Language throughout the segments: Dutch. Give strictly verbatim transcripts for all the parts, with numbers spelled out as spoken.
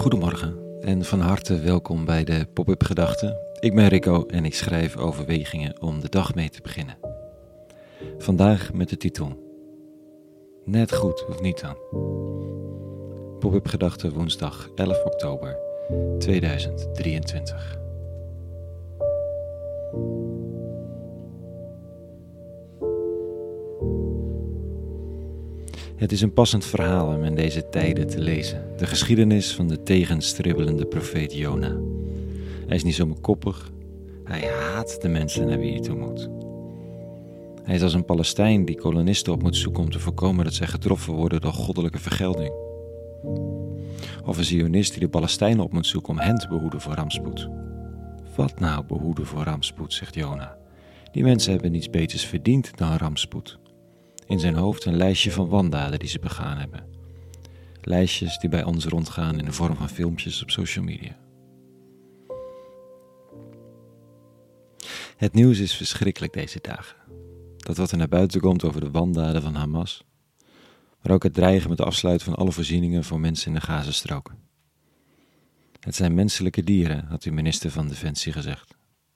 Goedemorgen en van harte welkom bij de Pop-up Gedachten. Ik ben Rico en ik schrijf overwegingen om de dag mee te beginnen. Vandaag met de titel Net goed of niet dan. Pop-up Gedachten woensdag elf oktober tweeduizend drieëntwintig. Het is een passend verhaal om in deze tijden te lezen. De geschiedenis van de tegenstribbelende profeet Jona. Hij is niet zomaar koppig. Hij haat de mensen naar wie hij toe moet. Hij is als een Palestijn die kolonisten op moet zoeken om te voorkomen dat zij getroffen worden door goddelijke vergelding. Of een Zionist die de Palestijnen op moet zoeken om hen te behoeden voor rampspoed. Wat nou behoeden voor rampspoed, zegt Jona. Die mensen hebben niets beters verdiend dan rampspoed. In zijn hoofd een lijstje van wandaden die ze begaan hebben. Lijstjes die bij ons rondgaan in de vorm van filmpjes op social media. Het nieuws is verschrikkelijk deze dagen. Dat wat er naar buiten komt over de wandaden van Hamas. Maar ook het dreigen met de afsluiten van alle voorzieningen voor mensen in de Gazastrook. Het zijn menselijke dieren, had de minister van Defensie gezegd.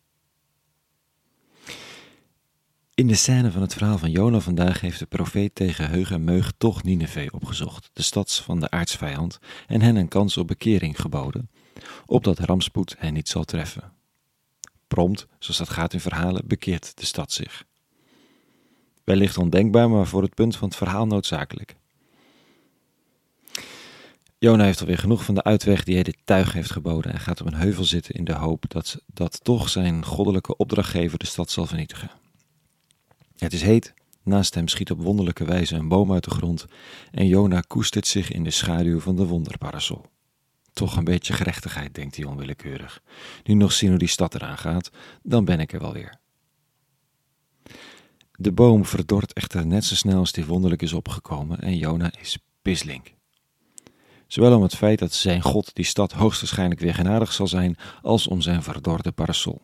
In de scène van het verhaal van Jona vandaag heeft de profeet tegen heug en meug toch Nineve opgezocht, de stad van de aartsvijand, en hen een kans op bekering geboden, opdat rampspoed hen niet zal treffen. Prompt, zoals dat gaat in verhalen, bekeert de stad zich. Wellicht ondenkbaar, maar voor het punt van het verhaal noodzakelijk. Jona heeft alweer genoeg van de uitweg die hij dit tuig heeft geboden en gaat op een heuvel zitten in de hoop dat, dat toch zijn goddelijke opdrachtgever de stad zal vernietigen. Het is heet, naast hem schiet op wonderlijke wijze een boom uit de grond en Jona koestert zich in de schaduw van de wonderparasol. Toch een beetje gerechtigheid, denkt hij onwillekeurig. Nu nog zien hoe die stad eraan gaat, dan ben ik er wel weer. De boom verdort echter net zo snel als die wonderlijk is opgekomen en Jona is pislink. Zowel om het feit dat zijn God die stad hoogstwaarschijnlijk weer genadig zal zijn, als om zijn verdorde parasol.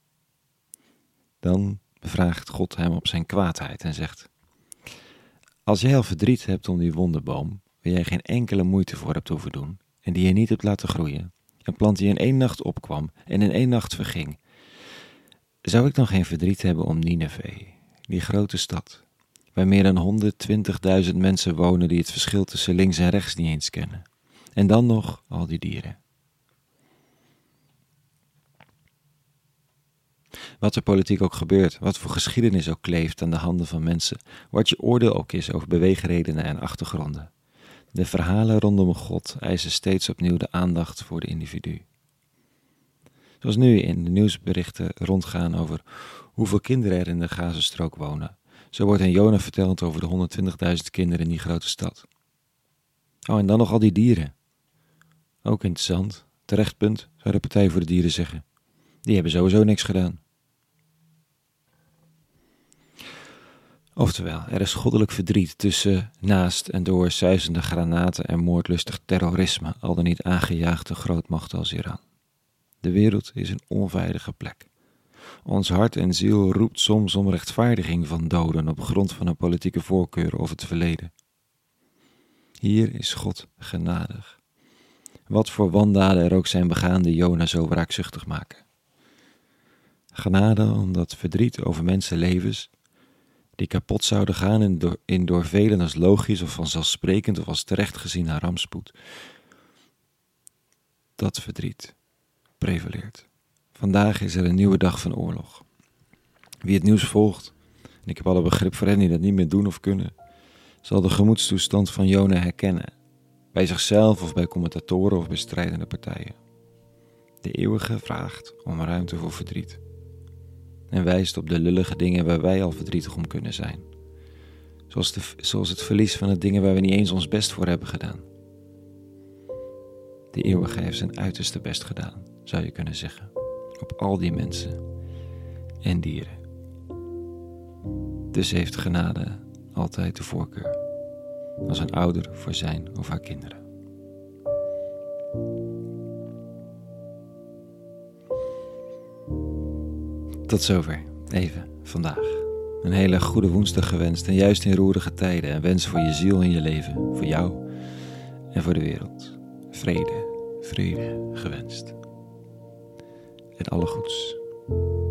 Dan bevraagt God hem op zijn kwaadheid en zegt: Als jij al verdriet hebt om die wonderboom, waar jij geen enkele moeite voor hebt hoeven doen, en die je niet hebt laten groeien, een plant die in één nacht opkwam en in één nacht verging, zou ik dan geen verdriet hebben om Nineve, die grote stad, waar meer dan honderdtwintigduizend mensen wonen die het verschil tussen links en rechts niet eens kennen, en dan nog al die dieren. Wat er politiek ook gebeurt, wat voor geschiedenis ook kleeft aan de handen van mensen, wat je oordeel ook is over beweegredenen en achtergronden. De verhalen rondom God eisen steeds opnieuw de aandacht voor de individu. Zoals nu in de nieuwsberichten rondgaan over hoeveel kinderen er in de Gazastrook wonen. Zo wordt in Jona verteld over de honderdtwintigduizend kinderen in die grote stad. Oh, en dan nog al die dieren. Ook interessant, terecht punt, zou de Partij voor de Dieren zeggen. Die hebben sowieso niks gedaan. Oftewel, er is goddelijk verdriet tussen, naast en door suizende granaten en moordlustig terrorisme, al dan niet aangejaagde grootmachten als Iran. De wereld is een onveilige plek. Ons hart en ziel roept soms om rechtvaardiging van doden op grond van een politieke voorkeur of het verleden. Hier is God genadig. Wat voor wandaden er ook zijn begaan die Jona zo wraakzuchtig maken. Genade omdat verdriet over mensenlevens, die kapot zouden gaan in door, in door velen als logisch of vanzelfsprekend of als terecht gezien naar rampspoed. Dat verdriet prevaleert. Vandaag is er een nieuwe dag van oorlog. Wie het nieuws volgt, en ik heb alle begrip voor hen die dat niet meer doen of kunnen, zal de gemoedstoestand van Jona herkennen, bij zichzelf of bij commentatoren of bij strijdende partijen. De eeuwige vraagt om ruimte voor verdriet. En wijst op de lullige dingen waar wij al verdrietig om kunnen zijn. Zoals, de, zoals het verlies van de dingen waar we niet eens ons best voor hebben gedaan. De eeuwige heeft zijn uiterste best gedaan, zou je kunnen zeggen. Op al die mensen en dieren. Dus heeft genade altijd de voorkeur. Als een ouder voor zijn of haar kinderen. Tot zover, even vandaag. Een hele goede woensdag gewenst en juist in roerige tijden. En wens voor je ziel en je leven, voor jou en voor de wereld. Vrede, vrede gewenst. En alle goeds.